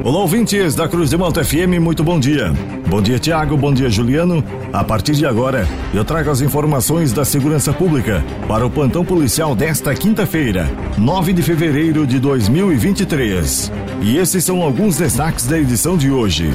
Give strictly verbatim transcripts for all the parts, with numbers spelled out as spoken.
Olá, ouvintes da Cruz de Malta F M, muito bom dia. Bom dia, Tiago, bom dia, Juliano. A partir de agora, eu trago as informações da segurança pública para o plantão policial desta quinta-feira, nove de fevereiro de dois mil e vinte e três. E esses são alguns destaques da edição de hoje.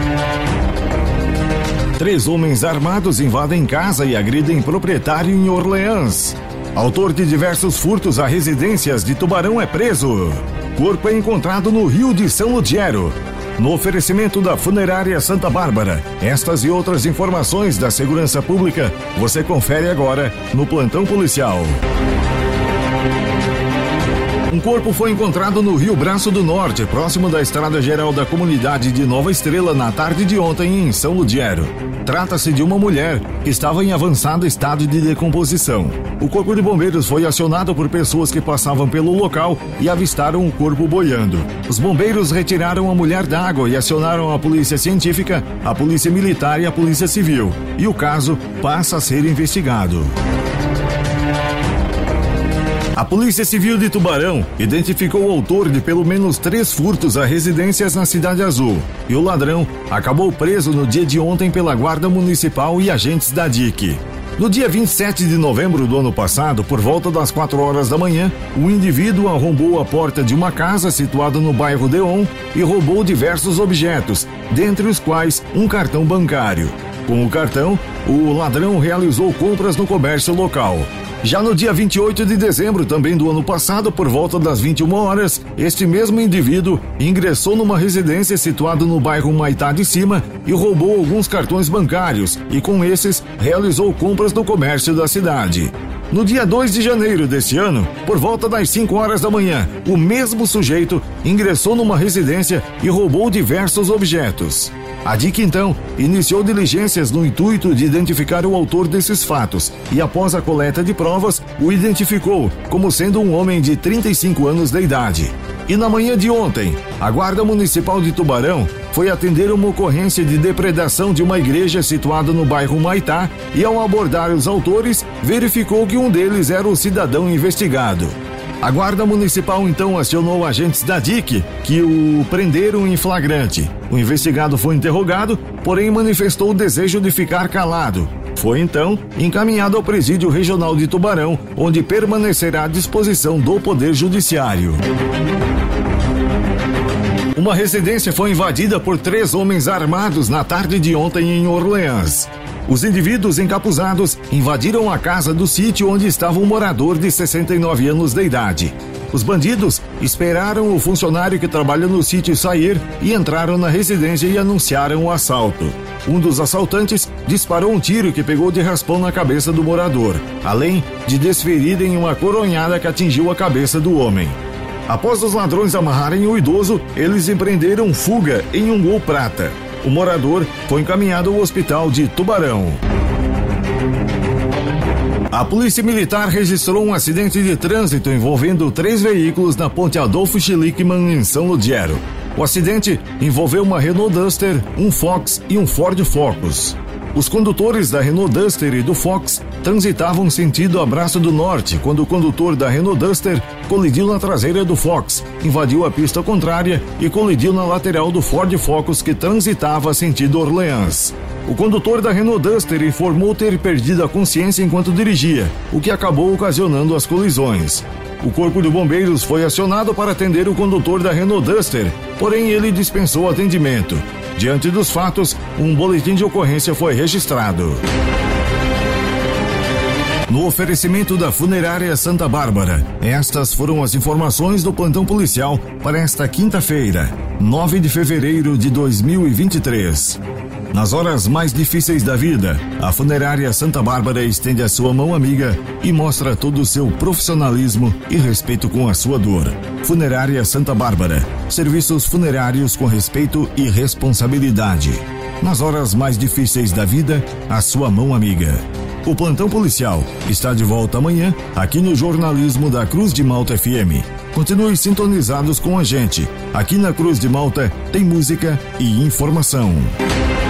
Três homens armados invadem casa e agridem proprietário em Orleans. Autor de diversos furtos a residências de Tubarão é preso. Corpo é encontrado no Rio de São Ludgero. No oferecimento da Funerária Santa Bárbara, estas e outras informações da segurança pública você confere agora no Plantão Policial. Um corpo foi encontrado no Rio Braço do Norte, próximo da Estrada Geral da Comunidade de Nova Estrela, na tarde de ontem, em São Ludgero. Trata-se de uma mulher que estava em avançado estado de decomposição. O Corpo de Bombeiros foi acionado por pessoas que passavam pelo local e avistaram o corpo boiando. Os bombeiros retiraram a mulher da água e acionaram a Polícia Científica, a Polícia Militar e a Polícia Civil. E o caso passa a ser investigado. A Polícia Civil de Tubarão identificou o autor de pelo menos três furtos a residências na Cidade Azul. E o ladrão acabou preso no dia de ontem pela Guarda Municipal e agentes da D I C. No dia vinte e sete de novembro do ano passado, por volta das quatro horas da manhã, o indivíduo arrombou a porta de uma casa situada no bairro Deon e roubou diversos objetos, dentre os quais um cartão bancário. Com o cartão, o ladrão realizou compras no comércio local. Já no dia vinte e oito de dezembro, também do ano passado, por volta das vinte e uma horas, este mesmo indivíduo ingressou numa residência situada no bairro Maitá de Cima e roubou alguns cartões bancários e, com esses, realizou compras no comércio da cidade. No dia dois de janeiro deste ano, por volta das cinco horas da manhã, o mesmo sujeito ingressou numa residência e roubou diversos objetos. A D I C, então, iniciou diligências no intuito de identificar o autor desses fatos e, após a coleta de provas, o identificou como sendo um homem de trinta e cinco anos de idade. E na manhã de ontem, a Guarda Municipal de Tubarão foi atender uma ocorrência de depredação de uma igreja situada no bairro Maitá e, ao abordar os autores, verificou que um deles era o cidadão investigado. A Guarda Municipal então acionou agentes da D I C que o prenderam em flagrante. O investigado foi interrogado, porém manifestou o desejo de ficar calado. Foi então encaminhado ao Presídio Regional de Tubarão, onde permanecerá à disposição do Poder Judiciário. Uma residência foi invadida por três homens armados na tarde de ontem em Orleans. Os indivíduos encapuzados invadiram a casa do sítio onde estava um morador de sessenta e nove anos de idade. Os bandidos esperaram o funcionário que trabalha no sítio sair e entraram na residência e anunciaram o assalto. Um dos assaltantes disparou um tiro que pegou de raspão na cabeça do morador, além de desferirem uma coronhada que atingiu a cabeça do homem. Após os ladrões amarrarem o idoso, eles empreenderam fuga em um Gol prata. O morador foi encaminhado ao hospital de Tubarão. A Polícia Militar registrou um acidente de trânsito envolvendo três veículos na Ponte Adolfo Schlickmann, em São Ludgero. O acidente envolveu uma Renault Duster, um Fox e um Ford Focus. Os condutores da Renault Duster e do Fox transitavam sentido Abraço do Norte quando o condutor da Renault Duster colidiu na traseira do Fox, invadiu a pista contrária e colidiu na lateral do Ford Focus que transitava sentido Orleans. O condutor da Renault Duster informou ter perdido a consciência enquanto dirigia, o que acabou ocasionando as colisões. O Corpo de Bombeiros foi acionado para atender o condutor da Renault Duster, porém ele dispensou atendimento. Diante dos fatos, um boletim de ocorrência foi registrado. No oferecimento da Funerária Santa Bárbara, estas foram as informações do plantão policial para esta quinta-feira, nove de fevereiro de dois mil e vinte e três. Nas horas mais difíceis da vida, a Funerária Santa Bárbara estende a sua mão amiga e mostra todo o seu profissionalismo e respeito com a sua dor. Funerária Santa Bárbara. Serviços funerários com respeito e responsabilidade. Nas horas mais difíceis da vida, a sua mão amiga. O Plantão Policial está de volta amanhã aqui no jornalismo da Cruz de Malta F M. Continue sintonizados com a gente. Aqui na Cruz de Malta tem música e informação.